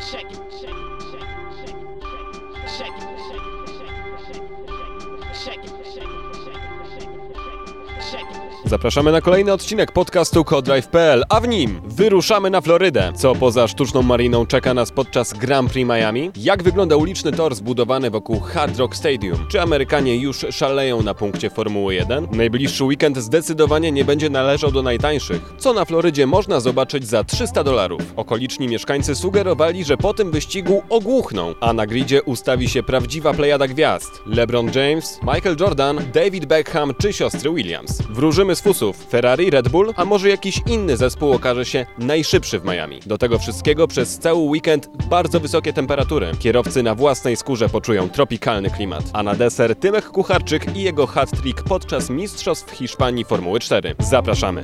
Zapraszamy na kolejny odcinek podcastu CodeDrive.pl, a w nim wyruszamy na Florydę. Co poza sztuczną mariną czeka nas podczas Grand Prix Miami? Jak wygląda uliczny tor zbudowany wokół Hard Rock Stadium? Czy Amerykanie już szaleją na punkcie Formuły 1? Najbliższy weekend zdecydowanie nie będzie należał do najtańszych. Co na Florydzie można zobaczyć za $300? Okoliczni mieszkańcy sugerowali, że po tym wyścigu ogłuchną, a na gridzie ustawi się prawdziwa plejada gwiazd. LeBron James, Michael Jordan, David Beckham czy siostry Williams. Wróżymy z fusów. Ferrari, Red Bull, a może jakiś inny zespół okaże się najszybszy w Miami. Do tego wszystkiego przez cały weekend bardzo wysokie temperatury. Kierowcy na własnej skórze poczują tropikalny klimat. A na deser Tymek Kucharczyk i jego hat-trick podczas Mistrzostw Hiszpanii Formuły 4. Zapraszamy!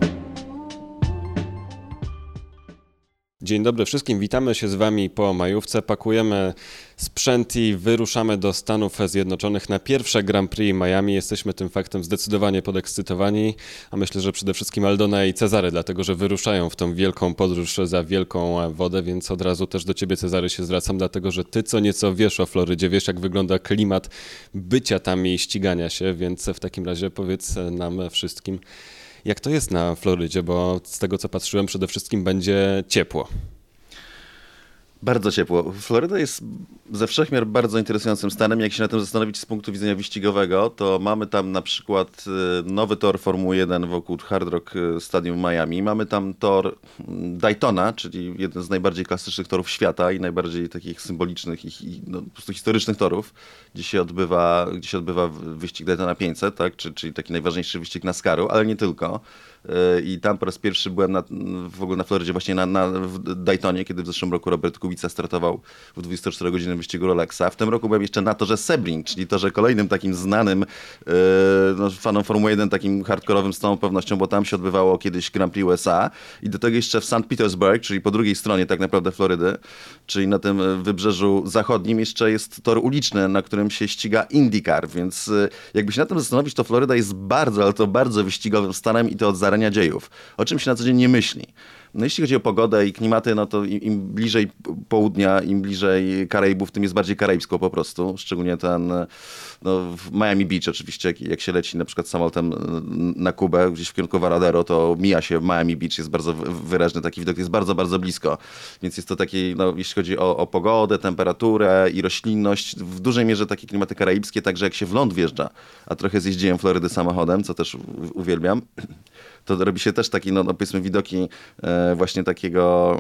Dzień dobry wszystkim, witamy się z Wami po majówce, pakujemy sprzęt i wyruszamy do Stanów Zjednoczonych na pierwsze Grand Prix Miami. Jesteśmy tym faktem zdecydowanie podekscytowani, a myślę, że przede wszystkim Aldona i Cezary, dlatego że wyruszają w tą wielką podróż za wielką wodę, więc od razu też do Ciebie, Cezary, się zwracam, dlatego że Ty co nieco wiesz o Florydzie, wiesz jak wygląda klimat bycia tam i ścigania się, więc w takim razie powiedz nam wszystkim, jak to jest na Florydzie, bo z tego co patrzyłem przede wszystkim będzie ciepło. Bardzo ciepło. Floryda jest ze wszechmiar bardzo interesującym stanem. Jak się na tym zastanowić z punktu widzenia wyścigowego, to mamy tam na przykład nowy tor Formuły 1 wokół Hard Rock Stadium Miami. Mamy tam tor Daytona, czyli jeden z najbardziej klasycznych torów świata i najbardziej takich symbolicznych i po prostu historycznych torów, gdzie się odbywa wyścig Daytona 500, tak? Czyli taki najważniejszy wyścig NASCAR-u, ale nie tylko. I tam po raz pierwszy byłem w ogóle na Florydzie, właśnie w Daytonie, kiedy w zeszłym roku Robert Kubica startował w 24-godzinnym wyścigu Rolexa. W tym roku byłem jeszcze na torze Sebring, czyli torze kolejnym takim znanym fanom Formuły 1, takim hardkorowym z całą pewnością, bo tam się odbywało kiedyś Grand Prix USA. I do tego jeszcze w St. Petersburg, czyli po drugiej stronie tak naprawdę Florydy, czyli na tym wybrzeżu zachodnim jeszcze jest tor uliczny, na którym się ściga IndyCar, więc jakby się na tym zastanowić, to Floryda jest bardzo, ale to bardzo wyścigowym stanem i to od zarania dziejów, o czym się na co dzień nie myśli. No jeśli chodzi o pogodę i klimaty, no to im bliżej południa, im bliżej Karaibów, tym jest bardziej karaibsko po prostu. Szczególnie w Miami Beach oczywiście, jak się leci na przykład samolotem na Kubę, gdzieś w kierunku Varadero, to mija się Miami Beach, jest bardzo wyraźny taki widok, jest bardzo, bardzo blisko. Więc jest to taki, jeśli chodzi o pogodę, temperaturę i roślinność, w dużej mierze takie klimaty karaibskie, także jak się w ląd wjeżdża, a trochę zjeździłem Florydy samochodem, co też uwielbiam, to robi się też taki, powiedzmy, widoki właśnie takiego,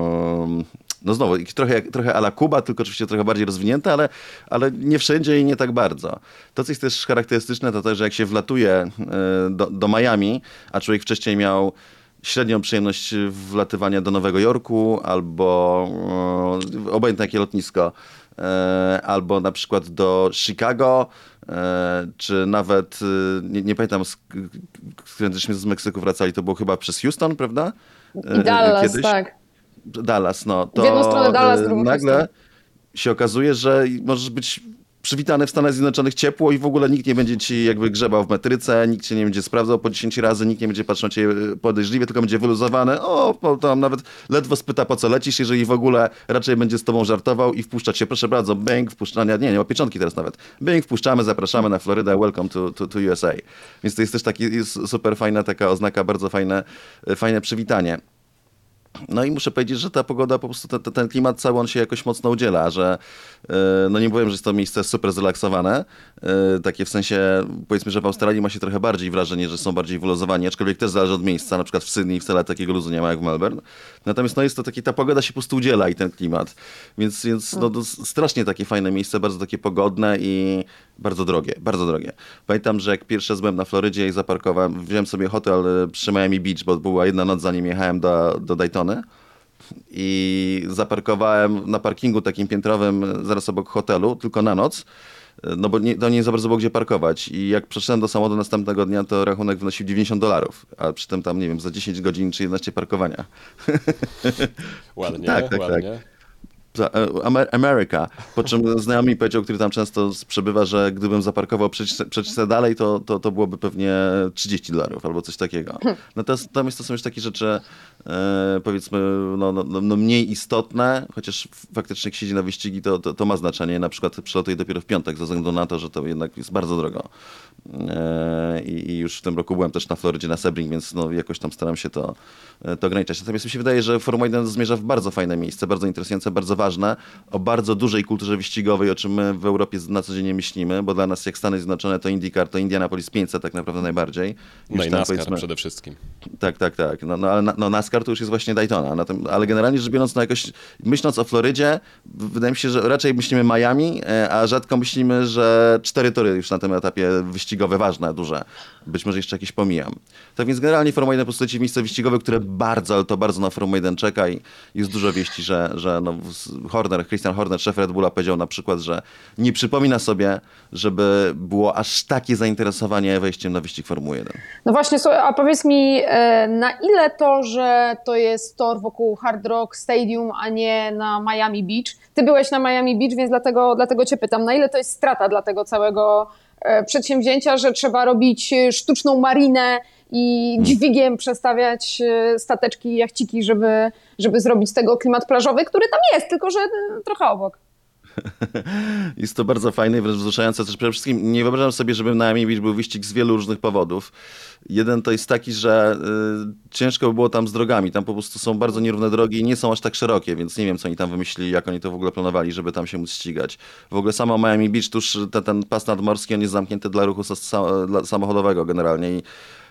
znowu, trochę à la Kuba, tylko oczywiście trochę bardziej rozwinięte, ale nie wszędzie i nie tak bardzo. To, co jest też charakterystyczne, to że jak się wlatuje do Miami, a człowiek wcześniej miał średnią przyjemność wlatywania do Nowego Jorku albo obojętnie jakie lotnisko, albo na przykład do Chicago, czy nawet, nie pamiętam, kiedy z Meksyku wracali, to było chyba przez Houston, prawda? I Dallas, kiedyś. Tak. Dallas, to w jedną stronę Dallas, drugą nagle Houston. się okazuje, że możesz być przywitany w Stanach Zjednoczonych ciepło i w ogóle nikt nie będzie ci jakby grzebał w metryce, nikt cię nie będzie sprawdzał po 10 razy, nikt nie będzie patrzył na ciebie podejrzliwie, tylko będzie wyluzowany. Tam nawet ledwo spyta, po co lecisz, jeżeli w ogóle raczej będzie z tobą żartował i wpuszczać się. Proszę bardzo, bang, wpuszczania, nie ma pieczątki teraz nawet. Bang, wpuszczamy, zapraszamy na Florydę, welcome to USA. Więc to jest też taki super fajna taka oznaka, bardzo fajne przywitanie. No i muszę powiedzieć, że ta pogoda, po prostu ten klimat cały, on się jakoś mocno udziela, że nie powiem, że jest to miejsce super zrelaksowane, takie w sensie, powiedzmy, że w Australii ma się trochę bardziej wrażenie, że są bardziej wyluzowani, aczkolwiek też zależy od miejsca, na przykład w Sydney wcale takiego luzu nie ma jak w Melbourne. Natomiast jest to takie, ta pogoda się po prostu udziela i ten klimat, więc strasznie takie fajne miejsce, bardzo takie pogodne i bardzo drogie, bardzo drogie. Pamiętam, że jak pierwszy raz byłem na Florydzie i zaparkowałem, wziąłem sobie hotel przy Miami Beach, bo była jedna noc zanim jechałem do Daytony i zaparkowałem na parkingu takim piętrowym zaraz obok hotelu, tylko na noc, bo nie za bardzo było gdzie parkować i jak przeszedłem do samochodu następnego dnia, to rachunek wynosił $90, a przy tym tam, nie wiem, za 10 godzin czy 11 parkowania. Ładnie, tak. ładnie. America, po czym znajomy mi powiedział, który tam często przebywa, że gdybym zaparkował przeczytę dalej, to byłoby pewnie $30 albo coś takiego. Natomiast to są już takie rzeczy, powiedzmy, no mniej istotne, chociaż faktycznie jak siedzi na wyścigi, to ma znaczenie. Na przykład przelatuje dopiero w piątek, ze względu na to, że to jednak jest bardzo drogo. I już w tym roku byłem też na Florydzie, na Sebring, więc no jakoś tam staram się to ograniczać. Natomiast mi się wydaje, że Formuła 1 zmierza w bardzo fajne miejsce, bardzo interesujące, bardzo ważne, o bardzo dużej kulturze wyścigowej, o czym my w Europie na co dzień nie myślimy, bo dla nas jak Stany Zjednoczone to IndyCar, to Indianapolis 500 tak naprawdę najbardziej. No i NASCAR przede wszystkim. Tak. Ale NASCAR to już jest właśnie Daytona. Ale generalnie rzecz biorąc, jakoś myśląc o Florydzie, wydaje mi się, że raczej myślimy Miami, a rzadko myślimy, że 4 tory już na tym etapie wyścigowe, ważne, duże. Być może jeszcze jakieś pomijam. Tak więc generalnie Formuła 1 po prostu leci miejsce wyścigowe, które bardzo, ale to bardzo na Formuła 1 czeka i jest dużo wieści, że no Christian Horner, szef Red Bulla, powiedział na przykład, że nie przypomina sobie, żeby było aż takie zainteresowanie wejściem na wyścig Formuły 1. No właśnie, a powiedz mi, na ile to, że to jest tor wokół Hard Rock Stadium, a nie na Miami Beach? Ty byłeś na Miami Beach, więc dlatego cię pytam, na ile to jest strata dla tego całego przedsięwzięcia, że trzeba robić sztuczną marinę i dźwigiem przestawiać stateczki i jachciki, żeby zrobić z tego klimat plażowy, który tam jest, tylko że trochę obok. Jest to bardzo fajne i wręcz wzruszające. Też przede wszystkim nie wyobrażam sobie, żeby na Miami Beach był wyścig z wielu różnych powodów. Jeden to jest taki, że ciężko by było tam z drogami. Tam po prostu są bardzo nierówne drogi i nie są aż tak szerokie, więc nie wiem, co oni tam wymyślili, jak oni to w ogóle planowali, żeby tam się móc ścigać. W ogóle samo Miami Beach, tuż ten pas nadmorski, on jest zamknięty dla ruchu samochodowego generalnie i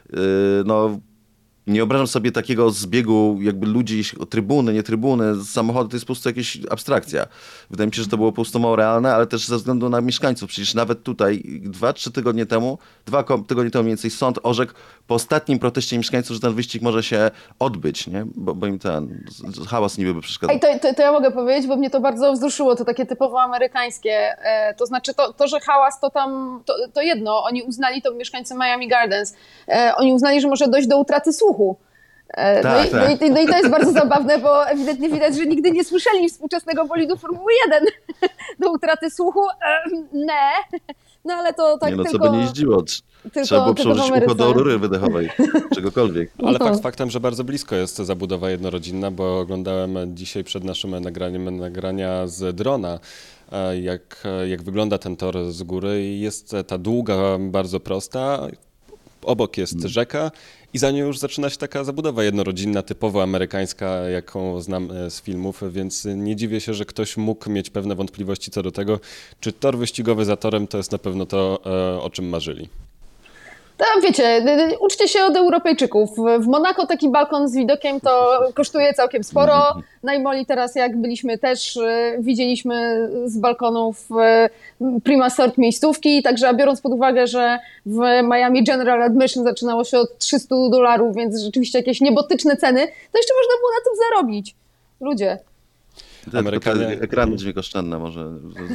no... Nie wyobrażam sobie takiego zbiegu jakby ludzi, trybuny, nie trybuny, samochody, to jest po prostu jakaś abstrakcja. Wydaje mi się, że to było po prostu mało realne, ale też ze względu na mieszkańców. Przecież nawet tutaj 2-3 tygodnie temu, 2 tygodnie temu mniej więcej sąd orzekł po ostatnim proteście mieszkańców, że ten wyścig może się odbyć, nie? Bo im ten hałas niby by przeszkadzał. To ja mogę powiedzieć, bo mnie to bardzo wzruszyło, to takie typowo amerykańskie. To znaczy to że hałas to tam, to jedno, oni uznali, to mieszkańcy Miami Gardens, oni uznali, że może dojść do utraty słuchu. Tak. No i to jest bardzo zabawne, bo ewidentnie widać, że nigdy nie słyszeli współczesnego bolidu Formuły 1 do utraty słuchu. No ale to tak nie, no tylko... co by nie jeździło. Trzeba było przełożyć ucho do rury wydechowej, czegokolwiek. Ale fakt faktem, że bardzo blisko jest zabudowa jednorodzinna, bo oglądałem dzisiaj przed naszym nagraniem nagrania z drona, jak wygląda ten tor z góry i jest ta długa, bardzo prosta, obok jest rzeka i za nią już zaczyna się taka zabudowa jednorodzinna, typowo amerykańska, jaką znam z filmów, więc nie dziwię się, że ktoś mógł mieć pewne wątpliwości co do tego, czy tor wyścigowy za torem to jest na pewno to, o czym marzyli. Tam wiecie, uczcie się od Europejczyków. W Monako taki balkon z widokiem to kosztuje całkiem sporo. Na Imoli teraz jak byliśmy też widzieliśmy z balkonów prima sort miejscówki, także biorąc pod uwagę, że w Miami General Admission zaczynało się od $300, więc rzeczywiście jakieś niebotyczne ceny, to jeszcze można było na tym zarobić. Ludzie. Amerykanie... Ekrany dźwiękoszczędne może.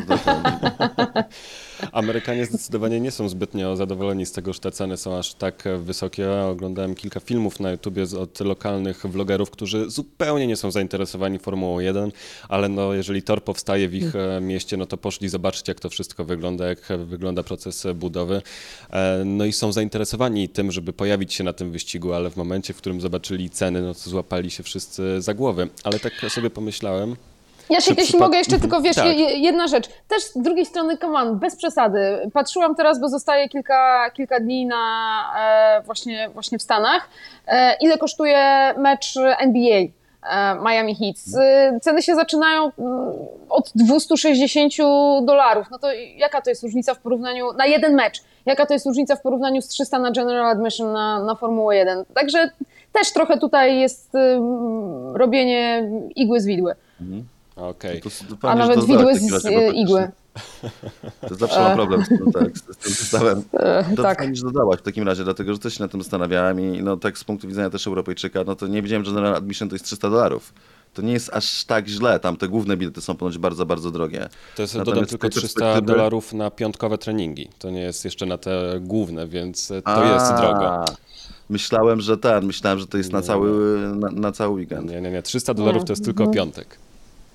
Amerykanie zdecydowanie nie są zbytnio zadowoleni z tego, że te ceny są aż tak wysokie. Oglądałem kilka filmów na YouTubie od lokalnych vlogerów, którzy zupełnie nie są zainteresowani Formułą 1, ale no, jeżeli tor powstaje w ich mieście, no to poszli zobaczyć, jak to wszystko wygląda, jak wygląda proces budowy. No i są zainteresowani tym, żeby pojawić się na tym wyścigu, ale w momencie, w którym zobaczyli ceny, no to złapali się wszyscy za głowę. Ale tak sobie pomyślałem, Jasiek, jeśli mogę jeszcze tylko, wiesz, tak. Jedna rzecz. Też z drugiej strony, come on, bez przesady. Patrzyłam teraz, bo zostaje kilka dni na właśnie w Stanach. Ile kosztuje mecz NBA Miami Heat? Ceny się zaczynają od $260. No to jaka to jest różnica w porównaniu na jeden mecz? Jaka to jest różnica w porównaniu z 300 na General Admission na Formułę 1? Także też trochę tutaj jest robienie igły z widły. Okay. A nawet widły z igły. To zawsze mam problem z tym zestawem. To tak. fajnie, że dodałaś w takim razie, dlatego że też się na tym zastanawiałem i no tak z punktu widzenia też Europejczyka, no to nie wiedziałem, że General Admission to jest $300. To nie jest aż tak źle, tam te główne bilety są ponoć bardzo, bardzo drogie. To jest dodam tylko $300 na piątkowe treningi, to nie jest jeszcze na te główne, więc to jest drogo. Myślałem, że to jest na cały weekend. Nie, $300 to jest tylko piątek.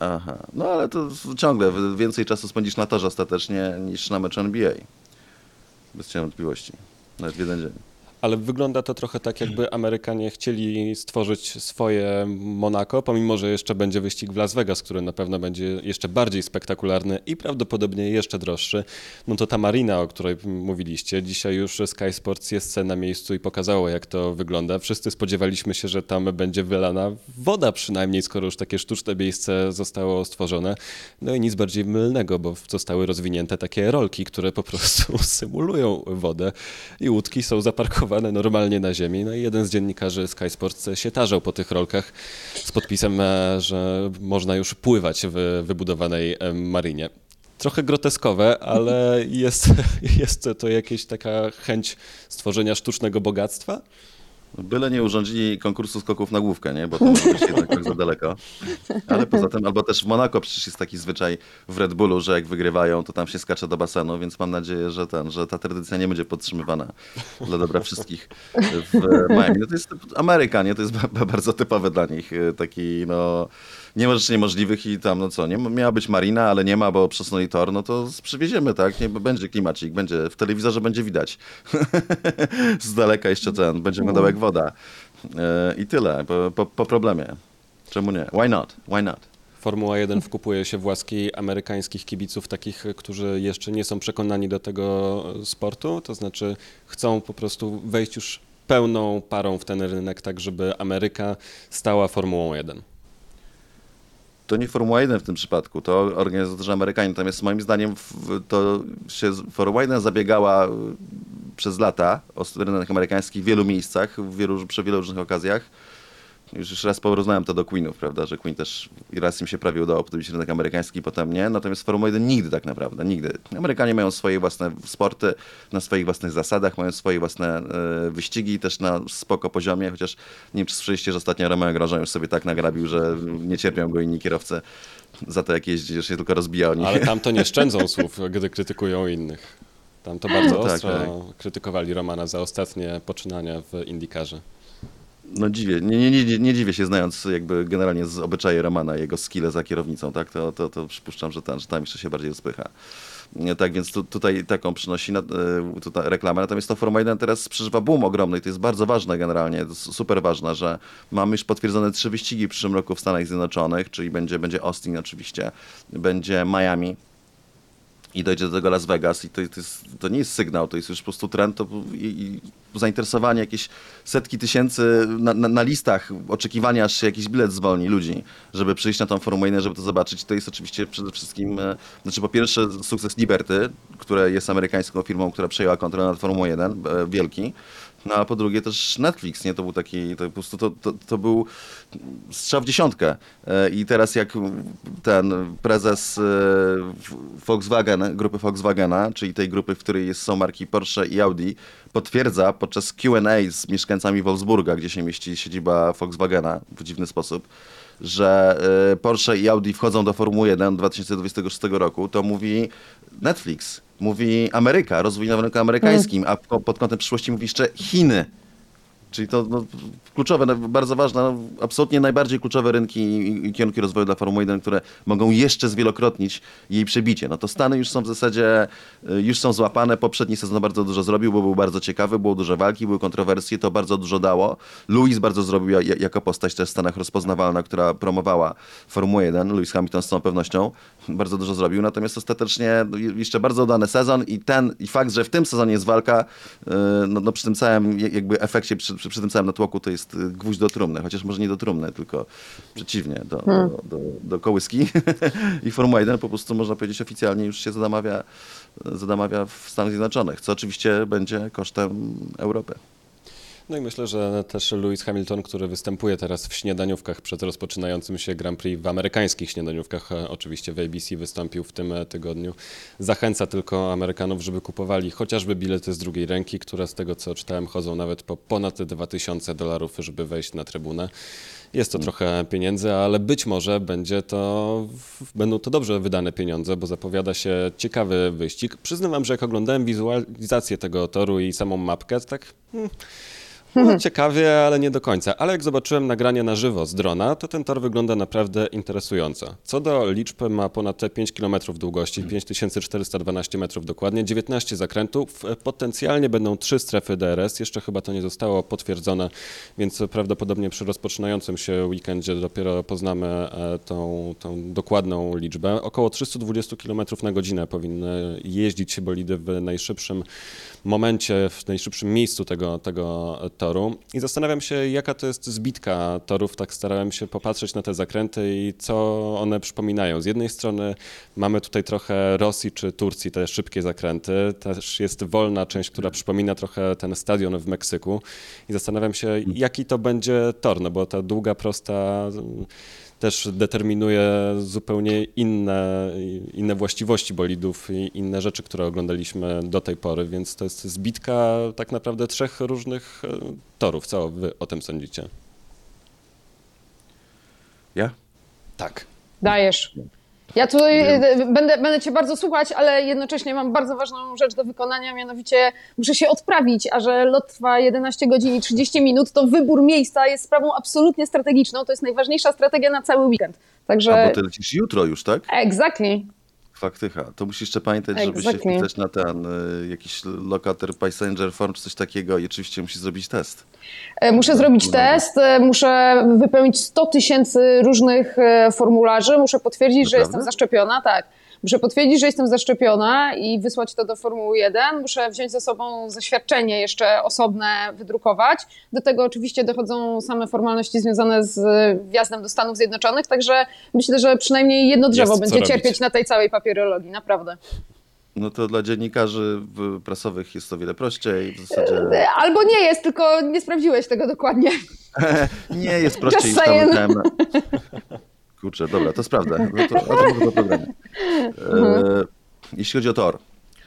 Aha, no ale to ciągle więcej czasu spędzisz na torze ostatecznie niż na meczu NBA. Bez cienia wątpliwości. Nawet w jeden dzień. Ale wygląda to trochę tak, jakby Amerykanie chcieli stworzyć swoje Monako, pomimo że jeszcze będzie wyścig w Las Vegas, który na pewno będzie jeszcze bardziej spektakularny i prawdopodobnie jeszcze droższy. No to ta marina, o której mówiliście, dzisiaj już Sky Sports jest na miejscu i pokazało, jak to wygląda. Wszyscy spodziewaliśmy się, że tam będzie wylana woda przynajmniej, skoro już takie sztuczne miejsce zostało stworzone. No i nic bardziej mylnego, bo zostały rozwinięte takie rolki, które po prostu symulują wodę i łódki są zaparkowane normalnie na ziemi. No i jeden z dziennikarzy Sky Sports się tarzał po tych rolkach z podpisem, że można już pływać w wybudowanej marinie. Trochę groteskowe, ale jest to jakaś taka chęć stworzenia sztucznego bogactwa? Byle nie urządzili konkursu skoków na główkę, nie? Bo to może być jednak tak za daleko. Ale poza tym, albo też w Monako przecież jest taki zwyczaj w Red Bullu, że jak wygrywają, to tam się skacze do basenu, więc mam nadzieję, że ta tradycja nie będzie podtrzymywana dla dobra wszystkich w Miami. No to jest Ameryka, nie? To jest bardzo typowe dla nich. Taki, no, nie ma rzeczy niemożliwych i tam, no co, nie miała być marina, ale nie ma, bo przesunęli tor, no to przywieziemy, tak? Nie, będzie klimacik, będzie, w telewizorze będzie widać. Z daleka jeszcze będzie wyglądał jak woda. I tyle, po problemie. Czemu nie? Why not? Why not? Formuła 1 wkupuje się w łaski amerykańskich kibiców, takich, którzy jeszcze nie są przekonani do tego sportu, to znaczy chcą po prostu wejść już pełną parą w ten rynek, tak żeby Ameryka stała Formułą 1. To nie Formuła 1 w tym przypadku, to organizatorzy Amerykanie. Natomiast moim zdaniem to się Formuła 1 zabiegała przez lata o rynek amerykański w wielu miejscach, przy wielu różnych okazjach. Już raz porównałem to do Queenów, prawda, że Queen też raz im się prawie udało podobyć rynek amerykański, potem nie. Natomiast Formuła 1 nigdy tak naprawdę, nigdy. Amerykanie mają swoje własne sporty, na swoich własnych zasadach, mają swoje własne wyścigi, też na spoko poziomie, chociaż nie wiem, czy słyszeliście, że ostatnio Romeo Grosjean już sobie tak nagrabił, że nie cierpią go inni kierowcy za to, jak jeździ, że się tylko rozbija o nich. Ale tam to nie szczędzą słów, gdy krytykują innych. Tam to bardzo ostro krytykowali Romana za ostatnie poczynania w IndyCarze. No nie dziwię się, znając jakby generalnie z obyczaje Romana, jego skille za kierownicą, tak, to przypuszczam, że tam jeszcze się bardziej rozpycha. Tak więc tutaj taką przynosi tutaj reklamę. Natomiast to Formuła 1 teraz przeżywa boom ogromny i to jest bardzo ważne generalnie, super ważne, że mamy już potwierdzone 3 wyścigi w przyszłym roku w Stanach Zjednoczonych, czyli będzie Austin oczywiście, będzie Miami i dojdzie do tego Las Vegas i to nie jest sygnał, to jest już po prostu trend i zainteresowanie, jakieś setki tysięcy na listach, oczekiwania, aż się jakiś bilet zwolni ludzi, żeby przyjść na tą Formułę 1, żeby to zobaczyć. To jest oczywiście przede wszystkim, znaczy po pierwsze sukces Liberty, które jest amerykańską firmą, która przejęła kontrolę nad Formułą 1, wielki. No a po drugie też Netflix, nie? To był taki, to po prostu to był strzał w dziesiątkę. I teraz jak ten prezes Volkswagen, grupy Volkswagena, czyli tej grupy, w której są marki Porsche i Audi, potwierdza podczas Q&A z mieszkańcami Wolfsburga, gdzie się mieści siedziba Volkswagena w dziwny sposób, że Porsche i Audi wchodzą do Formuły 1 2026 roku, to mówi Netflix, mówi Ameryka, rozwój na rynku amerykańskim, a pod kątem przyszłości mówi jeszcze Chiny. Czyli to kluczowe, bardzo ważne, absolutnie najbardziej kluczowe rynki i kierunki rozwoju dla Formuły 1, które mogą jeszcze zwielokrotnić jej przebicie. No to Stany już są w zasadzie, już są złapane. Poprzedni sezon bardzo dużo zrobił, bo był bardzo ciekawy, było dużo walki, były kontrowersje, to bardzo dużo dało. Lewis bardzo zrobił jako postać też w Stanach rozpoznawalna, która promowała Formułę 1. Lewis Hamilton z całą pewnością bardzo dużo zrobił, natomiast ostatecznie jeszcze bardzo udany sezon i fakt, że w tym sezonie jest walka, no przy tym całym jakby efekcie, przy tym całym natłoku to jest gwóźdź do trumny, chociaż może nie do trumny, tylko przeciwnie, do kołyski. I Formuła 1 po prostu, można powiedzieć, oficjalnie już się zadamawia w Stanach Zjednoczonych, co oczywiście będzie kosztem Europy. No i myślę, że też Lewis Hamilton, który występuje teraz w śniadaniówkach przed rozpoczynającym się Grand Prix, w amerykańskich śniadaniówkach, oczywiście w ABC wystąpił w tym tygodniu, zachęca tylko Amerykanów, żeby kupowali chociażby bilety z drugiej ręki, które z tego co czytałem chodzą nawet po ponad $2000, żeby wejść na trybunę. Jest to trochę pieniędzy, ale być może będą to dobrze wydane pieniądze, bo zapowiada się ciekawy wyścig. Przyznam wam, że jak oglądałem wizualizację tego toru i samą mapkę, tak No, ciekawie, ale nie do końca. Ale jak zobaczyłem nagranie na żywo z drona, to ten tor wygląda naprawdę interesująco. Co do liczb, ma ponad 5 km długości, 5412 metrów dokładnie, 19 zakrętów. Potencjalnie będą 3 strefy DRS. Jeszcze chyba to nie zostało potwierdzone, więc prawdopodobnie przy rozpoczynającym się weekendzie dopiero poznamy tą dokładną liczbę. Około 320 km na godzinę powinny jeździć bolidy w najszybszym momencie, w najszybszym miejscu tego toru i zastanawiam się, jaka to jest zbitka torów. Tak starałem się popatrzeć na te zakręty i co one przypominają. Z jednej strony mamy tutaj trochę Rosji czy Turcji, te szybkie zakręty. Też jest wolna część, która przypomina trochę ten stadion w Meksyku i zastanawiam się, jaki to będzie tor, no bo ta długa, prosta też determinuje zupełnie inne właściwości bolidów i inne rzeczy, które oglądaliśmy do tej pory, więc to jest zbitka tak naprawdę 3 różnych torów. Co wy o tym sądzicie? Ja? Tak. Dajesz. Ja tutaj będę cię bardzo słuchać, ale jednocześnie mam bardzo ważną rzecz do wykonania, mianowicie muszę się odprawić, a że lot trwa 11 godzin i 30 minut, to wybór miejsca jest sprawą absolutnie strategiczną. To jest najważniejsza strategia na cały weekend. Także... A bo ty lecisz jutro już, tak? Exactly. Faktycha. To musisz jeszcze pamiętać, żeby się wpisać na ten jakiś locator passenger form czy coś takiego i oczywiście musisz zrobić test. Muszę zrobić test, muszę wypełnić 100 000 różnych formularzy, muszę potwierdzić, że jestem zaszczepiona, tak. Muszę potwierdzić, że jestem zaszczepiona i wysłać to do Formuły 1. Muszę wziąć ze sobą zaświadczenie jeszcze osobne, wydrukować. Do tego oczywiście dochodzą same formalności związane z wjazdem do Stanów Zjednoczonych, także myślę, że przynajmniej jedno drzewo będzie cierpieć na tej całej papierologii, naprawdę. No to dla dziennikarzy prasowych jest to wiele prościej. W zasadzie... Albo nie jest, tylko nie sprawdziłeś tego dokładnie. Nie jest prościej już tam. Kurczę, dobra, to sprawdzę. No to do programu. Jeśli chodzi o tor,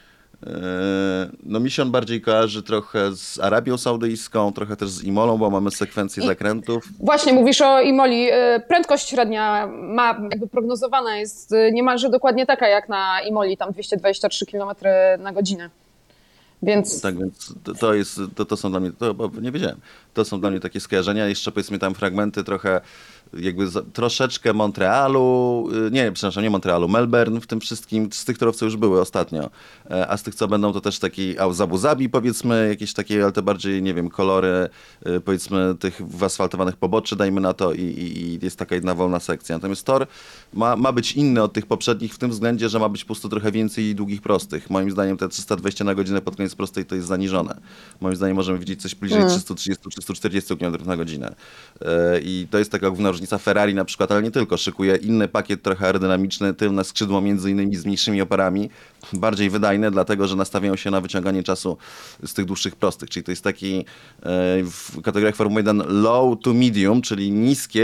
no mi się on bardziej kojarzy trochę z Arabią Saudyjską, trochę też z Imolą, bo mamy sekwencję zakrętów. Właśnie, mówisz o Imoli. Prędkość średnia jakby prognozowana jest niemalże dokładnie taka jak na Imoli, tam 223 km na godzinę. Więc... Tak, więc to są dla mnie, bo nie wiedziałem, to są dla mnie takie skojarzenia. Jeszcze powiedzmy tam fragmenty trochę jakby troszeczkę Montrealu, nie Montrealu, Melbourne w tym wszystkim, z tych torów, co już były ostatnio, a z tych, co będą, to też taki z Abu Zabi powiedzmy, jakieś takie, ale te bardziej, nie wiem, kolory powiedzmy tych asfaltowanych poboczy, dajmy na to i jest taka jedna wolna sekcja. Natomiast tor ma być inny od tych poprzednich w tym względzie, że ma być po prostu trochę więcej długich prostych. Moim zdaniem te 320 na godzinę pod koniec prostej to jest zaniżone. Moim zdaniem możemy widzieć coś bliżej 330-340 km na godzinę. I to jest taka główna różnica. Ferrari na przykład, ale nie tylko, szykuje inny pakiet trochę aerodynamiczny, tylne skrzydło między innymi z mniejszymi oparami, bardziej wydajne, dlatego że nastawiają się na wyciąganie czasu z tych dłuższych prostych, czyli to jest taki w kategoriach Formuły 1 low to medium, czyli niski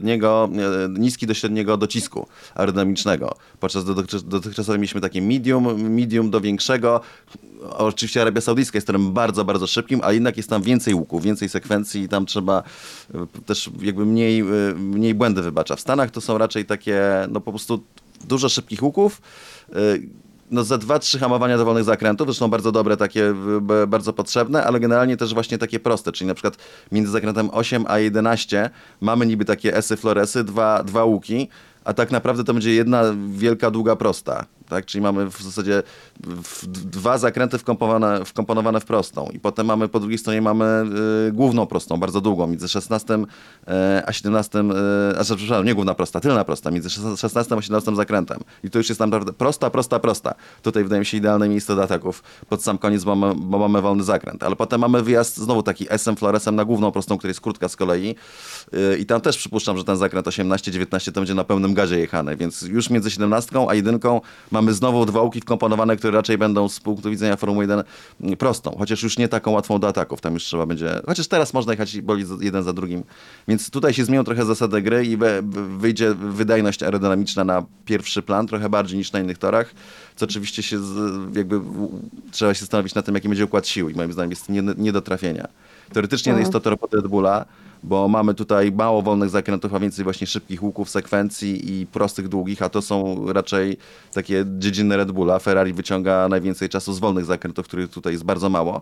do średniego docisku aerodynamicznego. Podczas dotychczasowo mieliśmy takie medium do większego. Oczywiście Arabia Saudyjska jest torem bardzo, bardzo szybkim, a jednak jest tam więcej łuków, więcej sekwencji i tam trzeba też jakby mniej błędy wybacza. W Stanach to są raczej takie, no po prostu dużo szybkich łuków, no za 2-3 hamowania dowolnych zakrętów, zresztą bardzo dobre, takie bardzo potrzebne, ale generalnie też właśnie takie proste, czyli na przykład między zakrętem 8 a 11 mamy niby takie esy, floresy, dwa łuki, a tak naprawdę to będzie jedna wielka, długa prosta. Tak? Czyli mamy w zasadzie 2 zakręty wkomponowane w prostą. I potem mamy po drugiej stronie mamy główną prostą, bardzo długą, między 16 a 17, przepraszam, nie główna prosta, tylna prosta, między 16 a 17 zakrętem. I to już jest naprawdę prosta. Tutaj wydaje mi się idealne miejsce do ataków pod sam koniec, bo mamy wolny zakręt. Ale potem mamy wyjazd znowu taki SM Floresem na główną prostą, która jest krótka z kolei. I tam też przypuszczam, że ten zakręt 18-19 to będzie na pełnym gazie jechane, więc już między 17 a 1 mamy znowu 2 łuki wkomponowane, które raczej będą z punktu widzenia Formuły 1 prostą, chociaż już nie taką łatwą do ataków. Tam już trzeba będzie, chociaż teraz można jechać bolid jeden za drugim. Więc tutaj się zmienią trochę zasady gry i wyjdzie wydajność aerodynamiczna na pierwszy plan, trochę bardziej niż na innych torach, co oczywiście trzeba się zastanowić nad tym, jaki będzie układ sił i moim zdaniem jest nie do trafienia. Teoretycznie jest to tor pod Red Bulla, bo mamy tutaj mało wolnych zakrętów, a więcej właśnie szybkich łuków, sekwencji i prostych, długich, a to są raczej takie dziedziny Red Bulla. Ferrari wyciąga najwięcej czasu z wolnych zakrętów, których tutaj jest bardzo mało.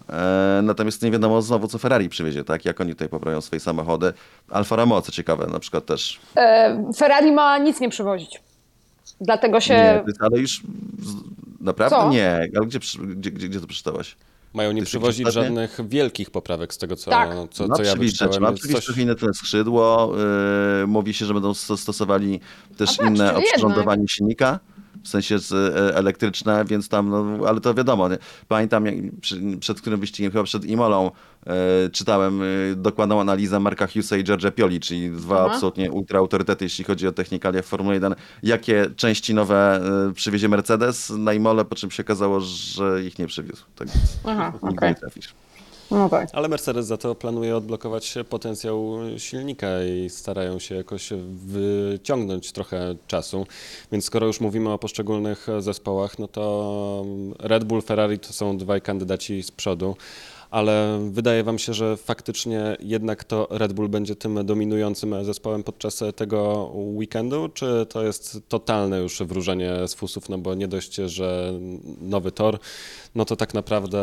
Natomiast nie wiadomo znowu, co Ferrari przywiezie, tak? Jak oni tutaj poprawią swoje samochody. Alfa Romeo, co ciekawe, na przykład też. Ferrari ma nic nie przywozić. Dlatego się... Nie, ale już naprawdę Co? nie. Ale gdzie to przeczytałaś? Mają nie przywozić żadnych wielkich poprawek z tego, co Tak. co ja wyczytałem. Ma przywieźć trochę inne skrzydło. Mówi się, że będą stosowali też tak, inne czyli oprzyrządowanie silnika. W sensie elektryczne, więc tam, no, ale to wiadomo. Nie? Pamiętam, przed którym wyścigiem, chyba przed Imolą, czytałem dokładną analizę Marka Hughesa i George'a Pioli, czyli dwa absolutnie ultra autorytety, jeśli chodzi o technikalia w Formule 1. Jakie części nowe przywiezie Mercedes na Imolę, po czym się okazało, że ich nie przywiózł. Tak więc nigdy nie trafisz. No tak. Ale Mercedes za to planuje odblokować potencjał silnika i starają się jakoś wyciągnąć trochę czasu. Więc skoro już mówimy o poszczególnych zespołach, no to Red Bull, Ferrari to są dwaj kandydaci z przodu. Ale wydaje wam się, że faktycznie jednak to Red Bull będzie tym dominującym zespołem podczas tego weekendu, czy to jest totalne już wróżenie z fusów, no bo nie dość, że nowy tor, no to tak naprawdę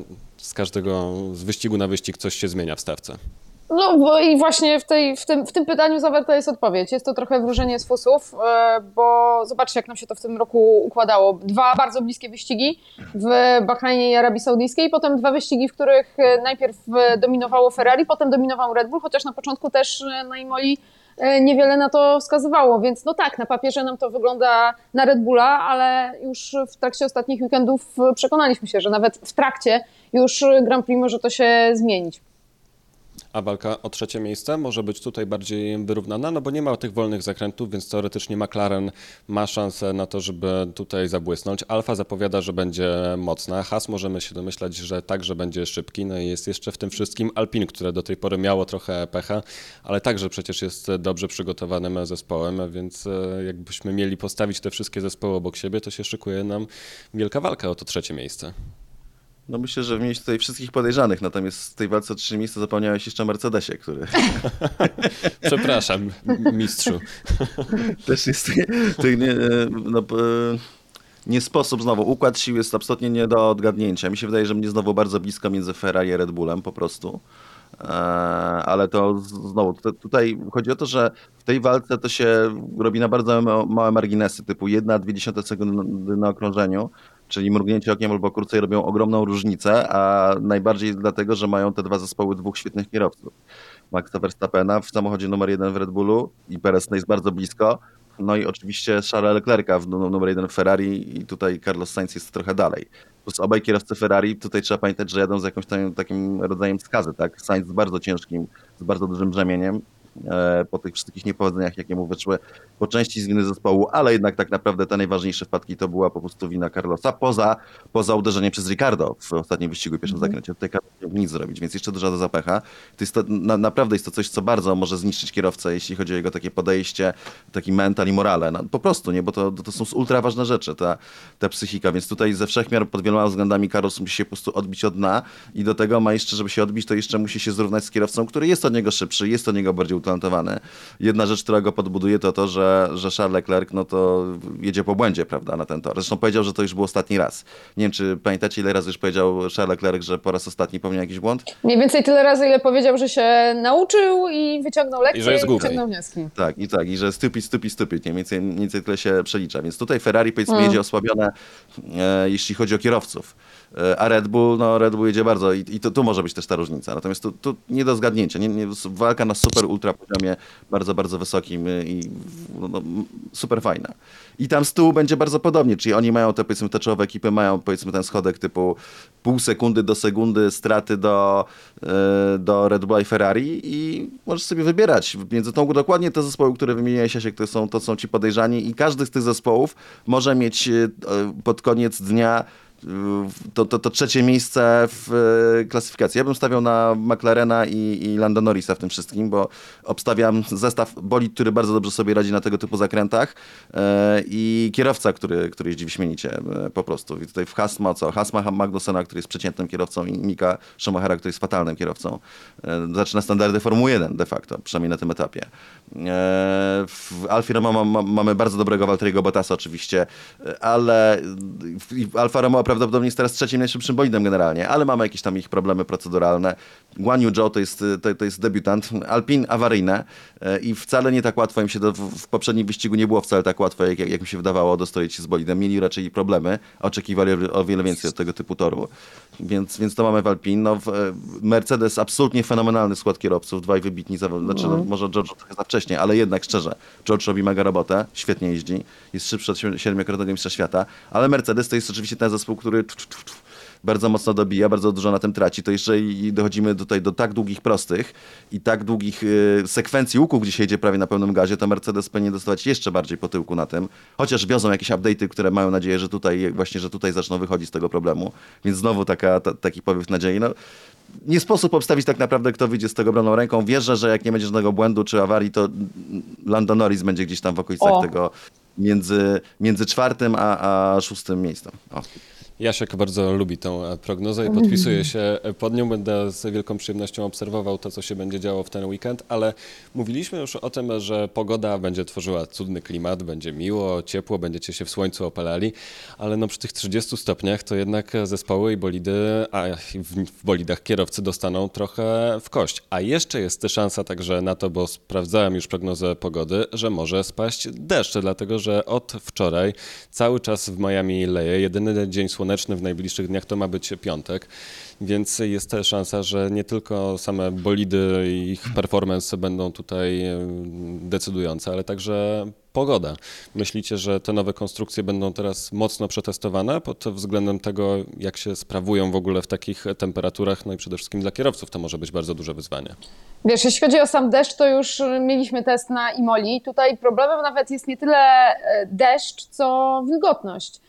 z wyścigu na wyścig coś się zmienia w stawce. No bo i właśnie w tym pytaniu zawarta jest odpowiedź. Jest to trochę wróżenie z fusów, bo zobaczcie, jak nam się to w tym roku układało. Dwa bardzo bliskie wyścigi w Bahrajnie i Arabii Saudyjskiej, potem dwa wyścigi, w których najpierw dominowało Ferrari, potem dominował Red Bull, chociaż na początku też na Imoli niewiele na to wskazywało, więc no tak, na papierze nam to wygląda na Red Bulla, ale już w trakcie ostatnich weekendów przekonaliśmy się, że nawet w trakcie już Grand Prix może to się zmienić. A walka o trzecie miejsce może być tutaj bardziej wyrównana, no bo nie ma tych wolnych zakrętów, więc teoretycznie McLaren ma szansę na to, żeby tutaj zabłysnąć. Alfa zapowiada, że będzie mocna. Haas możemy się domyślać, że także będzie szybki. No i jest jeszcze w tym wszystkim Alpine, które do tej pory miało trochę pecha, ale także przecież jest dobrze przygotowanym zespołem, więc jakbyśmy mieli postawić te wszystkie zespoły obok siebie, to się szykuje nam wielka walka o to trzecie miejsce. No myślę, że mieć tutaj wszystkich podejrzanych, natomiast w tej walce o trzecie miejsce zapomniałeś jeszcze o Mercedesie, który... Przepraszam, mistrzu. Też jest nie sposób znowu. Układ sił jest absolutnie nie do odgadnięcia. Mi się wydaje, że mnie znowu bardzo blisko między Ferrari a Red Bullem po prostu. Ale to znowu, tutaj chodzi o to, że w tej walce to się robi na bardzo małe marginesy, typu 1,2 sekundy na okrążeniu, czyli mrugnięcie okiem albo krócej robią ogromną różnicę, a najbardziej dlatego, że mają te dwa zespoły dwóch świetnych kierowców. Maxa Verstappena w samochodzie numer 1 w Red Bullu i Perez jest bardzo blisko. No i oczywiście Charlesa Leclerca w numer 1 w Ferrari i tutaj Carlos Sainz jest trochę dalej. Plus obaj kierowcy Ferrari, tutaj trzeba pamiętać, że jadą z jakimś takim rodzajem skazy, tak? Sainz z bardzo ciężkim, z bardzo dużym brzemieniem po tych wszystkich niepowodzeniach, jakie mu wyszły, po części z winy zespołu, ale jednak tak naprawdę te najważniejsze wpadki to była po prostu wina Carlosa, poza uderzeniem przez Ricardo w ostatnim wyścigu i pierwszym zakręcie. Tutaj Carlos nie mógł nic zrobić, więc jeszcze duża zapecha. Naprawdę jest to coś, co bardzo może zniszczyć kierowcę, jeśli chodzi o jego takie podejście, taki mental i morale. No, po prostu, nie, bo to są ultra ważne rzeczy, ta psychika, więc tutaj ze wszechmiar pod wieloma względami Carlos musi się po prostu odbić od dna i do tego ma jeszcze, żeby się odbić, to jeszcze musi się zrównać z kierowcą, który jest od niego szybszy, jest od niego bardziej utalentowany. Jedna rzecz, która go podbuduje, to, że Charles Leclerc, no to jedzie po błędzie, prawda, na ten tor. Zresztą powiedział, że to już był ostatni raz. Nie wiem, czy pamiętacie, ile razy już powiedział Charles Leclerc, że po raz ostatni popełnił jakiś błąd? Mniej więcej tyle razy, ile powiedział, że się nauczył i wyciągnął lekcje I że jest i wyciągnął wnioski. Tak, i że stupid, nie? Mniej więcej tyle się przelicza. Więc tutaj Ferrari, powiedzmy, jedzie osłabione, jeśli chodzi o kierowców. A Red Bull jedzie bardzo i tu może być też ta różnica. Natomiast tu nie do zgadnięcia. Walka na super ultra poziomie, bardzo, bardzo wysokim i super fajna. I tam z tyłu będzie bardzo podobnie, czyli oni mają te, powiedzmy, te czołowe ekipy, mają, powiedzmy, ten schodek typu pół sekundy do sekundy straty do Red Bulla i Ferrari i możesz sobie wybierać między tą dokładnie te zespoły, które wymieniłeś, Jasiek, to są ci podejrzani i każdy z tych zespołów może mieć pod koniec dnia to trzecie miejsce w klasyfikacji. Ja bym stawiał na McLarena i Lando Norrisa w tym wszystkim, bo obstawiam zestaw bolid, który bardzo dobrze sobie radzi na tego typu zakrętach i kierowca, który jeździ wyśmienicie po prostu. I tutaj w Haas ma co? Haas ma Magnusena, który jest przeciętnym kierowcą i Mika Schumachera, który jest fatalnym kierowcą. Zaczyna standardy Formuły 1 de facto, przynajmniej na tym etapie. W Alfie Romeo mamy bardzo dobrego Valtteriego Bottasa oczywiście, ale Alfa Romeo prawdopodobnie jest teraz trzecim najszybszym bolidem generalnie, ale mamy jakieś tam ich problemy proceduralne. Guan Yu Zhou to jest debiutant, Alpine awaryjne i wcale nie tak łatwo im się, w poprzednim wyścigu nie było wcale tak łatwo, jak mi się wydawało, dostroić się z bolidem. Mieli raczej problemy, oczekiwali o wiele więcej od tego typu toru. Więc to mamy w Alpine. No, Mercedes absolutnie fenomenalny skład kierowców, dwaj wybitni zawodnicy, znaczy, może George trochę za wcześnie, ale jednak szczerze, George robi mega robotę, świetnie jeździ, jest szybszy od 7-krotnego mistrza świata, ale Mercedes to jest oczywiście ten zespół, który bardzo mocno dobija, bardzo dużo na tym traci, to jeszcze i dochodzimy tutaj do tak długich prostych i tak długich sekwencji łuków, gdzie się jedzie prawie na pełnym gazie, to Mercedes powinien dostawać jeszcze bardziej po tyłku na tym, chociaż wiozą jakieś update'y, które mają nadzieję, że tutaj zaczną wychodzić z tego problemu, więc znowu taki powiew nadziei. No, nie sposób obstawić tak naprawdę, kto wyjdzie z tego obroną ręką. Wierzę, że jak nie będzie żadnego błędu czy awarii, to Lando Norris będzie gdzieś tam w okolicach tego między 4. a 6. miejscem. O. Jasiek bardzo lubi tą prognozę i podpisuje się pod nią. Będę z wielką przyjemnością obserwował to, co się będzie działo w ten weekend, ale mówiliśmy już o tym, że pogoda będzie tworzyła cudny klimat, będzie miło, ciepło, będziecie się w słońcu opalali, ale no przy tych 30 stopniach to jednak zespoły i bolidy, a w bolidach kierowcy dostaną trochę w kość. A jeszcze jest szansa także na to, bo sprawdzałem już prognozę pogody, że może spaść deszcz, dlatego że od wczoraj cały czas w Miami leje. Jedyny dzień słoneczny w najbliższych dniach to ma być piątek, więc jest szansa, że nie tylko same bolidy i ich performance będą tutaj decydujące, ale także pogoda. Myślicie, że te nowe konstrukcje będą teraz mocno przetestowane pod względem tego, jak się sprawują w ogóle w takich temperaturach, no i przede wszystkim dla kierowców to może być bardzo duże wyzwanie. Wiesz, jeśli chodzi o sam deszcz, to już mieliśmy test na Imoli. Tutaj problemem nawet jest nie tyle deszcz, co wilgotność.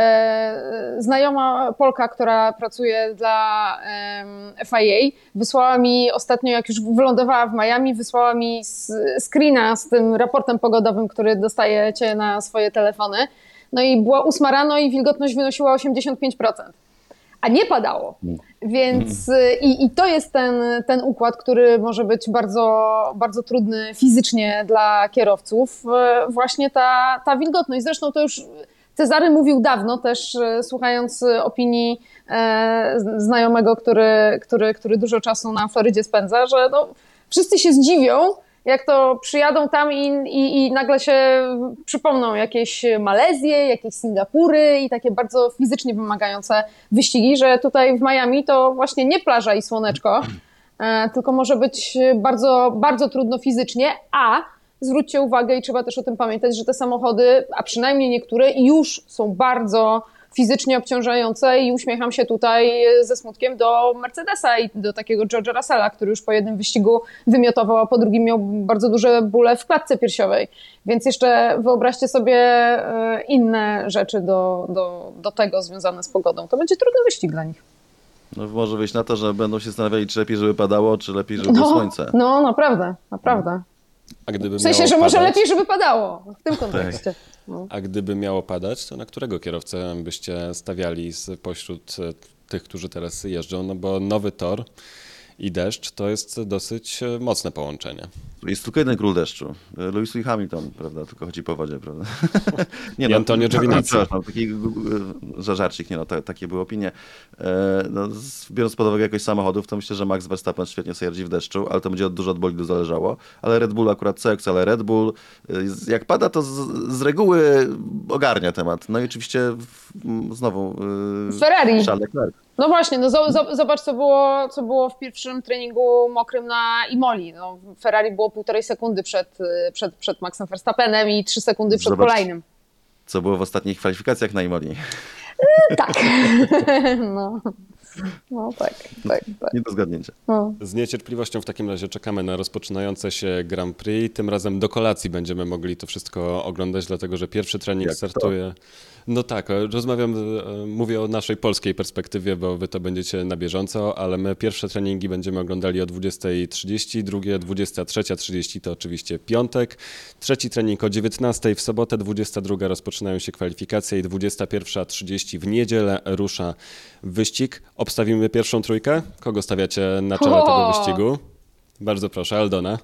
Znajoma Polka, która pracuje dla FIA, wysłała mi ostatnio, jak już wylądowała w Miami, wysłała mi screena z tym raportem pogodowym, który dostajecie na swoje telefony. No i była 8 rano i wilgotność wynosiła 85%. A nie padało. Więc i to jest ten układ, który może być bardzo, bardzo trudny fizycznie dla kierowców. Właśnie ta wilgotność. Zresztą to już Cezary mówił dawno, też słuchając opinii znajomego, który dużo czasu na Florydzie spędza, że no, wszyscy się zdziwią, jak to przyjadą tam i nagle się przypomną jakieś Malezje, jakieś Singapury i takie bardzo fizycznie wymagające wyścigi, że tutaj w Miami to właśnie nie plaża i słoneczko, tylko może być bardzo, bardzo trudno fizycznie, a zwróćcie uwagę i trzeba też o tym pamiętać, że te samochody, a przynajmniej niektóre, już są bardzo fizycznie obciążające i uśmiecham się tutaj ze smutkiem do Mercedesa i do takiego George'a Russella, który już po jednym wyścigu wymiotował, a po drugim miał bardzo duże bóle w klatce piersiowej. Więc jeszcze wyobraźcie sobie inne rzeczy do tego związane z pogodą. To będzie trudny wyścig dla nich. No może wyjść na to, że będą się zastanawiali, czy lepiej, żeby padało, czy lepiej, żeby było słońce. No, naprawdę, naprawdę. A gdyby w sensie, że może lepiej, żeby padało w tym kontekście. No. A gdyby miało padać, to na którego kierowcę byście stawiali pośród tych, którzy teraz jeżdżą? No bo nowy tor i deszcz to jest dosyć mocne połączenie. Jest tylko jeden król deszczu. Lewis i Hamilton, prawda? Tylko chodzi po wodzie, prawda? Nie, no, Antonio Giovinazzi. Przepraszam, taki żarcik, nie no, takie były opinie. No, biorąc pod uwagę jakość samochodów, to myślę, że Max Verstappen świetnie sobie radzi w deszczu, ale to będzie dużo od bolidu zależało. Ale Red Bull akurat CX, ale Red Bull, jak pada, to z reguły ogarnia temat. No i oczywiście znowu Ferrari. Charles Leclerc. No właśnie, no zobacz, co było w pierwszym treningu mokrym na Imoli. No, Ferrari było 1,5 sekundy przed Maxem Verstappenem i 3 sekundy przed kolejnym. Co było w ostatnich kwalifikacjach na Imoli. Tak. No tak. Nie do zgadnięcia. No. Z niecierpliwością w takim razie czekamy na rozpoczynające się Grand Prix. Tym razem do kolacji będziemy mogli to wszystko oglądać, dlatego że pierwszy trening startuje. No tak, mówię o naszej polskiej perspektywie, bo wy to będziecie na bieżąco, ale my pierwsze treningi będziemy oglądali o 20:30, drugie 23:30 to oczywiście piątek, trzeci trening o 19:00 w sobotę, 22:00 rozpoczynają się kwalifikacje i 21:30 w niedzielę rusza wyścig. Obstawimy pierwszą trójkę? Kogo stawiacie na czele tego wyścigu? Bardzo proszę, Aldona.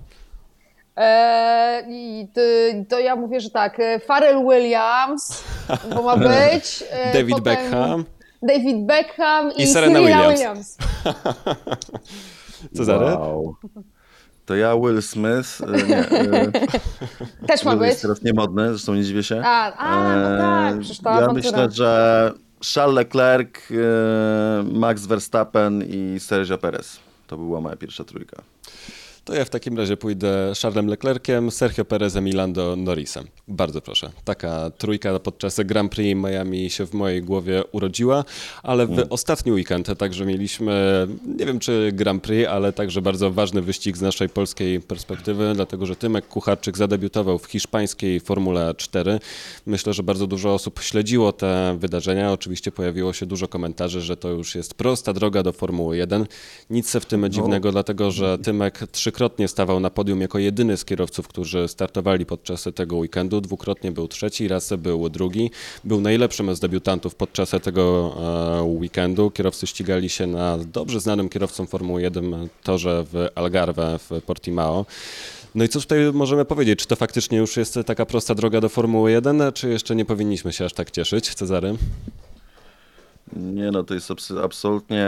To ja mówię, że tak, Pharrell Williams, bo ma być. David Beckham. David Beckham i Serena Serena Williams. Cezary? Wow. To ja Will Smith. Też ma Will być. jest teraz niemodny, zresztą nie dziwię się. No tak, przecież to Ja awantura. myślę, że Charles Leclerc, Max Verstappen i Sergio Perez. To była moja pierwsza trójka. To ja w takim razie pójdę Charlesem Leclerciem, Sergio Perezem i Lando Norrisem. Bardzo proszę. Taka trójka podczas Grand Prix Miami się w mojej głowie urodziła, ale w ostatni weekend także mieliśmy, nie wiem czy Grand Prix, ale także bardzo ważny wyścig z naszej polskiej perspektywy, dlatego że Tymek Kucharczyk zadebiutował w hiszpańskiej Formule 4. Myślę, że bardzo dużo osób śledziło te wydarzenia. Oczywiście pojawiło się dużo komentarzy, że to już jest prosta droga do Formuły 1. Nic w tym dziwnego, dlatego że Tymek trzykrotnie stawał na podium jako jedyny z kierowców, którzy startowali podczas tego weekendu. Dwukrotnie był trzeci, raz był drugi. Był najlepszym z debiutantów podczas tego weekendu. Kierowcy ścigali się na dobrze znanym kierowcom Formuły 1 torze w Algarve w Portimao. No i co tutaj możemy powiedzieć? Czy to faktycznie już jest taka prosta droga do Formuły 1, czy jeszcze nie powinniśmy się aż tak cieszyć, Cezary? Nie, no to jest absolutnie...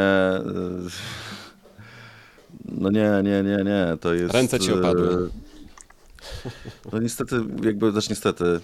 No nie, to jest... Ręce ci opadły. No niestety, niestety,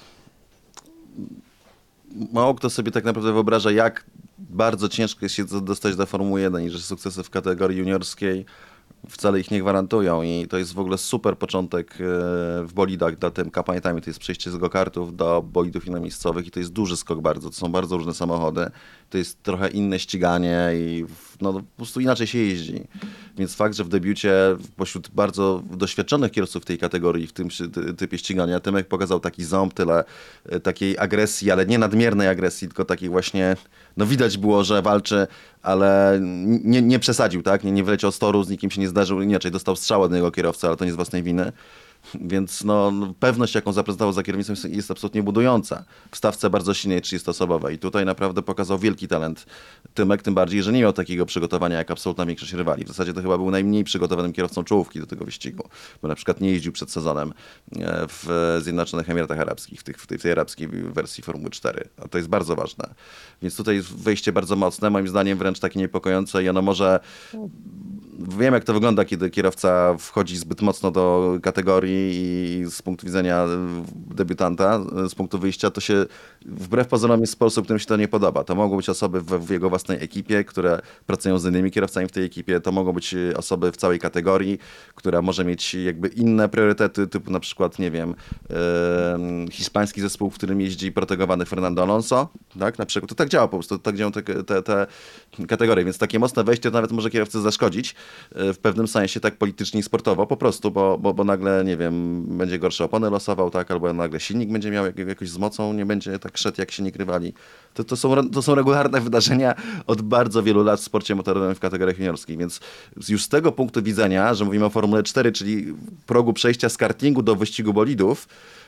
mało kto sobie tak naprawdę wyobraża, jak bardzo ciężko jest się dostać do Formuły 1 i że sukcesy w kategorii juniorskiej wcale ich nie gwarantują i to jest w ogóle super początek w bolidach dla Tymka. Pamiętajmy, to jest przejście z go-kartów do bolidów miejscowych i to jest duży skok bardzo, to są bardzo różne samochody, to jest trochę inne ściganie i no, po prostu inaczej się jeździ. Więc fakt, że w debiucie pośród bardzo doświadczonych kierowców w tej kategorii, w tym typie ścigania, Tymek pokazał taki ząb, tyle takiej agresji, ale nie nadmiernej agresji, tylko takiej właśnie, no widać było, że walczy, ale nie przesadził, tak? Nie wyleciał z toru, z nikim się nie zdarzył, inaczej dostał strzał od niego kierowcy, ale to nie z własnej winy. Więc no, pewność, jaką zaprezentował za kierownictwem jest absolutnie budująca. W stawce bardzo silnej 30-osobowej. I tutaj naprawdę pokazał wielki talent Tymek, tym bardziej, że nie miał takiego przygotowania jak absolutna większość rywali. W zasadzie to chyba był najmniej przygotowanym kierowcą czołówki do tego wyścigu, bo na przykład nie jeździł przed sezonem w Zjednoczonych Emiratach Arabskich, w tej arabskiej wersji Formuły 4. A to jest bardzo ważne. Więc tutaj jest wejście bardzo mocne, moim zdaniem wręcz takie niepokojące i ono może... Wiem, jak to wygląda, kiedy kierowca wchodzi zbyt mocno do kategorii i z punktu widzenia debiutanta, z punktu wyjścia, to się wbrew pozorom jest sposób, którym się to nie podoba. To mogą być osoby w jego własnej ekipie, które pracują z innymi kierowcami w tej ekipie. To mogą być osoby w całej kategorii, która może mieć jakby inne priorytety, typu na przykład, nie wiem, hiszpański zespół, w którym jeździ protegowany Fernando Alonso, tak? Na przykład to tak działa po prostu, tak działają te kategorie, więc takie mocne wejście to nawet może kierowcy zaszkodzić w pewnym sensie, tak politycznie i sportowo, po prostu, bo nagle, nie wiem, będzie gorsze opony losował, tak, albo nagle silnik będzie miał jakoś z mocą, nie będzie tak szedł jak silnik rywali. To są regularne wydarzenia od bardzo wielu lat w sporcie motorowym w kategoriach juniorskich, więc już z tego punktu widzenia, że mówimy o Formule 4, czyli progu przejścia z kartingu do wyścigu bolidów,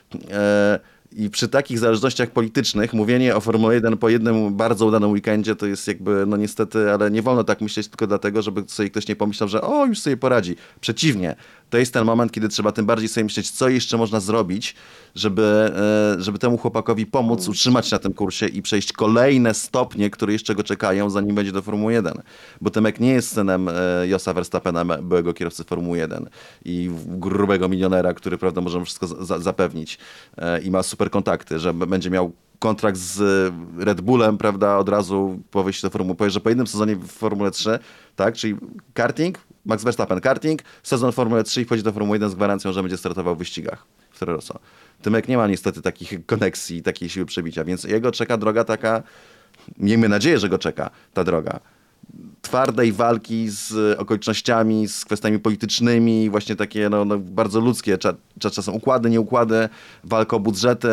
i przy takich zależnościach politycznych mówienie o Formule 1 po jednym bardzo udanym weekendzie to jest jakby, no niestety, ale nie wolno tak myśleć tylko dlatego, żeby sobie ktoś nie pomyślał, że o, już sobie poradzi. Przeciwnie, to jest ten moment, kiedy trzeba tym bardziej sobie myśleć, co jeszcze można zrobić, żeby temu chłopakowi pomóc utrzymać na tym kursie i przejść kolejne stopnie, które jeszcze go czekają, zanim będzie do Formuły 1. Bo Tymek nie jest synem Josa Verstappena, byłego kierowcy Formuły 1 i grubego milionera, który, prawda, może wszystko zapewnić i ma super kontakty, że będzie miał kontrakt z Red Bullem, prawda, od razu po wyjściu do Formuły. Powie, że po jednym sezonie w Formule 3, tak, czyli karting, Max Verstappen karting, sezon Formuły 3 i wchodzi do Formuły 1 z gwarancją, że będzie startował w wyścigach w Toro Rosso. Tymek nie ma niestety takich koneksji, takiej siły przebicia, więc jego czeka droga taka, miejmy nadzieję, że go czeka ta droga, twardej walki z okolicznościami, z kwestiami politycznymi, właśnie takie no, bardzo ludzkie, czasem układy, nieukłady, walka o budżety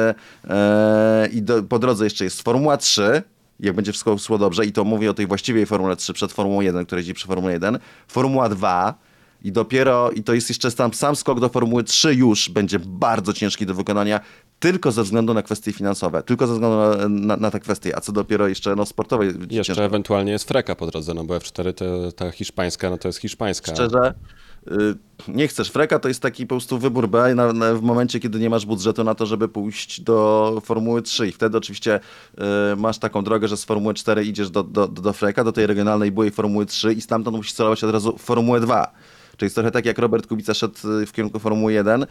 i po drodze jeszcze jest Formuła 3, jak będzie wszystko szło dobrze i to mówię o tej właściwej Formule 3 przed Formułą 1, która jeździ przy Formule 1, Formuła 2 i dopiero, i to jest jeszcze sam skok do Formuły 3 już będzie bardzo ciężki do wykonania, tylko ze względu na kwestie finansowe, tylko ze względu na te kwestie, a co dopiero jeszcze no, sportowe. Jeszcze ciężko. Ewentualnie jest freka po drodze, no bo F4 ta hiszpańska, no to jest hiszpańska. Szczerze, nie chcesz freka, to jest taki po prostu wybór B w momencie, kiedy nie masz budżetu na to, żeby pójść do Formuły 3 i wtedy oczywiście masz taką drogę, że z Formuły 4 idziesz do freka, do tej regionalnej byłej Formuły 3 i stamtąd musisz celować od razu w Formułę 2. Czyli jest trochę tak, jak Robert Kubica szedł w kierunku Formuły 1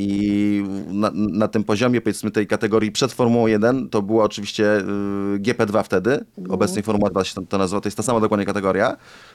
i na tym poziomie, powiedzmy, tej kategorii przed Formułą 1 to było oczywiście GP2 wtedy, obecnie Formuła 2 się to nazywa, to jest ta sama dokładnie kategoria,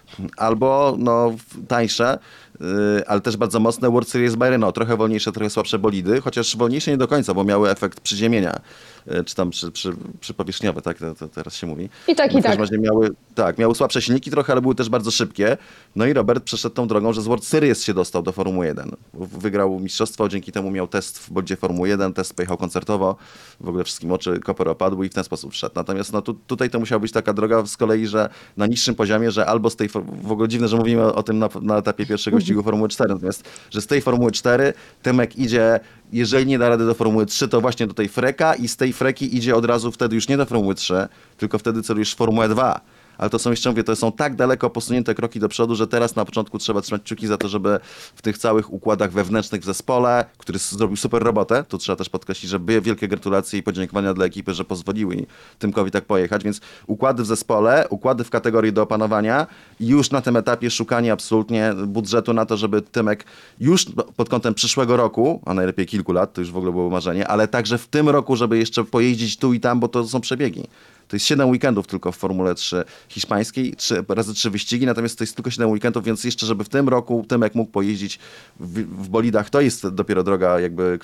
albo tańsze, ale też bardzo mocne World Series by Renault, trochę wolniejsze, trochę słabsze bolidy, chociaż wolniejsze nie do końca, bo miały efekt przyziemienia, czy tam przypowierzchniowe, tak to teraz się mówi. I tak. W każdym razie miały słabsze silniki trochę, ale były też bardzo szybkie. No i Robert przeszedł tą drogą, że z World Series się dostał do Formuły 1. Wygrał mistrzostwo, dzięki temu miał test w bolidzie Formuły 1, test pojechał koncertowo, w ogóle wszystkim oczy koper opadły i w ten sposób szedł. Natomiast tutaj to musiała być taka droga z kolei, że na niższym poziomie, że albo z tej, w ogóle dziwne, że mówimy o tym na etapie pierwszego ścigu Formuły 4, natomiast, że z tej Formuły 4 Tymek idzie, jeżeli nie da rady do Formuły 3, to właśnie do tej freka i z tej freki idzie od razu wtedy już nie do Formuły 3, tylko wtedy celujesz w Formułę 2. Ale to są jeszcze, mówię, to są tak daleko posunięte kroki do przodu, że teraz na początku trzeba trzymać kciuki za to, żeby w tych całych układach wewnętrznych w zespole, który zrobił super robotę, tu trzeba też podkreślić, że wielkie gratulacje i podziękowania dla ekipy, że pozwoliły Tymkowi tak pojechać, więc układy w zespole, układy w kategorii do opanowania i już na tym etapie szukanie absolutnie budżetu na to, żeby Tymek już pod kątem przyszłego roku, a najlepiej kilku lat, to już w ogóle było marzenie, ale także w tym roku, żeby jeszcze pojeździć tu i tam, bo to są przebiegi. To jest 7 weekendów tylko w Formule 3 hiszpańskiej, 3 razy 3 wyścigi, natomiast to jest tylko 7 weekendów, więc jeszcze, żeby w tym roku Tymek mógł pojeździć w bolidach, to jest dopiero droga, jakby,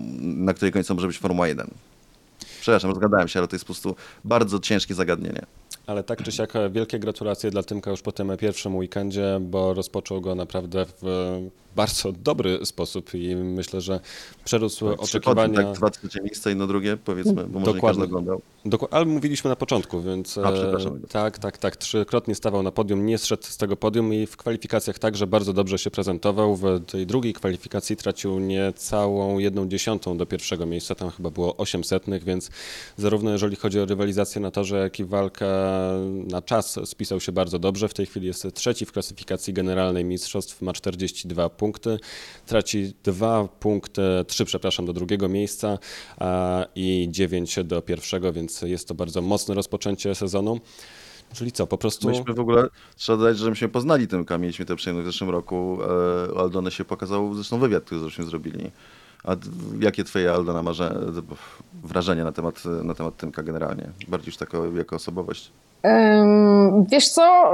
na której końcu może być Formuła 1. Przepraszam, rozgadałem się, ale to jest po prostu bardzo ciężkie zagadnienie. Ale tak czy siak wielkie gratulacje dla Tymka już po tym pierwszym weekendzie, bo rozpoczął go naprawdę w bardzo dobry sposób i myślę, że przerósł oczekiwania. Tak, 2 trzecie miejsce i na drugie, powiedzmy, bo może nie każdy oglądał. Ale mówiliśmy na początku, więc tak, 3-krotnie stawał na podium, nie zszedł z tego podium i w kwalifikacjach także bardzo dobrze się prezentował. W tej drugiej kwalifikacji tracił niecałą 1/10 do pierwszego miejsca, tam chyba było 800, więc zarówno jeżeli chodzi o rywalizację na torze, jak i walkę na czas spisał się bardzo dobrze. W tej chwili jest trzeci w klasyfikacji generalnej mistrzostw, ma 42 punkty, traci 3 do drugiego miejsca i 9 do pierwszego, więc jest to bardzo mocne rozpoczęcie sezonu. Czyli co, po prostu... Myśmy w ogóle, trzeba dodać, że myśmy poznali Tymka, mieliśmy tę przyjemność w zeszłym roku. Aldona się pokazał, zresztą wywiad, który żeśmy zrobili. A jakie twoje, Aldona, wrażenia na temat Tymka generalnie? Bardziej już jako osobowość. Wiesz co,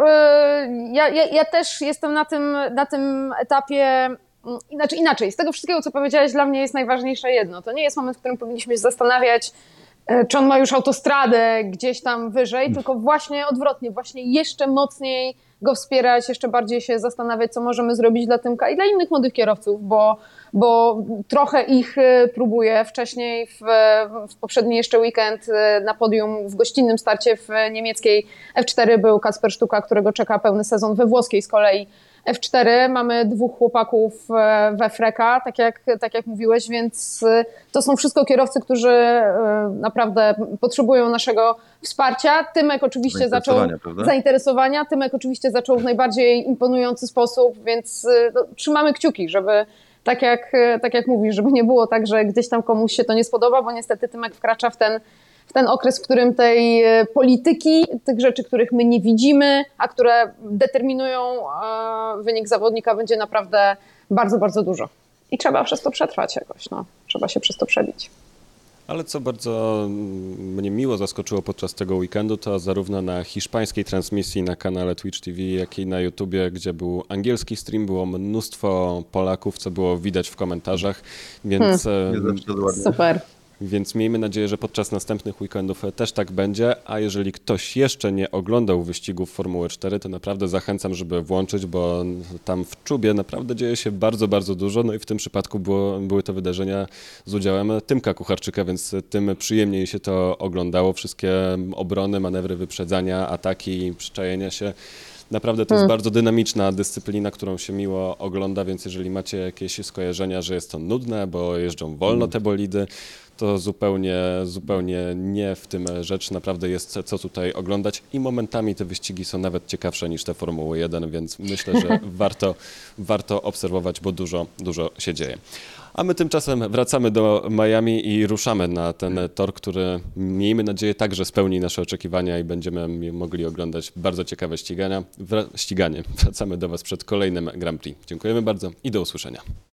ja też jestem na tym etapie, inaczej, z tego wszystkiego, co powiedziałeś, dla mnie jest najważniejsze jedno. To nie jest moment, w którym powinniśmy się zastanawiać, czy on ma już autostradę gdzieś tam wyżej, tylko właśnie odwrotnie, właśnie jeszcze mocniej go wspierać, jeszcze bardziej się zastanawiać, co możemy zrobić dla Tymka i dla innych młodych kierowców, bo trochę ich próbuję. Wcześniej w poprzedni jeszcze weekend na podium w gościnnym starcie w niemieckiej F4 był Kacper Sztuka, którego czeka pełny sezon we włoskiej z kolei F4. Mamy 2 chłopaków we Freka, tak jak mówiłeś, więc to są wszystko kierowcy, którzy naprawdę potrzebują naszego wsparcia. Tymek oczywiście zainteresowania. Tymek oczywiście zaczął w najbardziej imponujący sposób, więc trzymamy kciuki, żeby tak jak mówisz, żeby nie było tak, że gdzieś tam komuś się to nie spodoba, bo niestety Tymek wkracza w ten okres, w którym tej polityki, tych rzeczy, których my nie widzimy, a które determinują wynik zawodnika, będzie naprawdę bardzo, bardzo dużo. I trzeba przez to przetrwać jakoś, trzeba się przez to przebić. Ale co bardzo mnie miło zaskoczyło podczas tego weekendu, to zarówno na hiszpańskiej transmisji na kanale Twitch TV, jak i na YouTubie, gdzie był angielski stream, było mnóstwo Polaków, co było widać w komentarzach, więc... Super. Więc miejmy nadzieję, że podczas następnych weekendów też tak będzie, a jeżeli ktoś jeszcze nie oglądał wyścigów Formuły 4, to naprawdę zachęcam, żeby włączyć, bo tam w Czubie naprawdę dzieje się bardzo, bardzo dużo, no i w tym przypadku były to wydarzenia z udziałem Tymka Kucharczyka, więc tym przyjemniej się to oglądało, wszystkie obrony, manewry wyprzedzania, ataki, przyczajenia się. Naprawdę to jest bardzo dynamiczna dyscyplina, którą się miło ogląda, więc jeżeli macie jakieś skojarzenia, że jest to nudne, bo jeżdżą wolno te bolidy, to zupełnie nie w tym rzecz. Naprawdę jest co tutaj oglądać i momentami te wyścigi są nawet ciekawsze niż te Formuły 1, więc myślę, że warto obserwować, bo dużo się dzieje. A my tymczasem wracamy do Miami i ruszamy na ten tor, który miejmy nadzieję także spełni nasze oczekiwania i będziemy mogli oglądać bardzo ciekawe ściganie. Wracamy do Was przed kolejnym Grand Prix. Dziękujemy bardzo i do usłyszenia.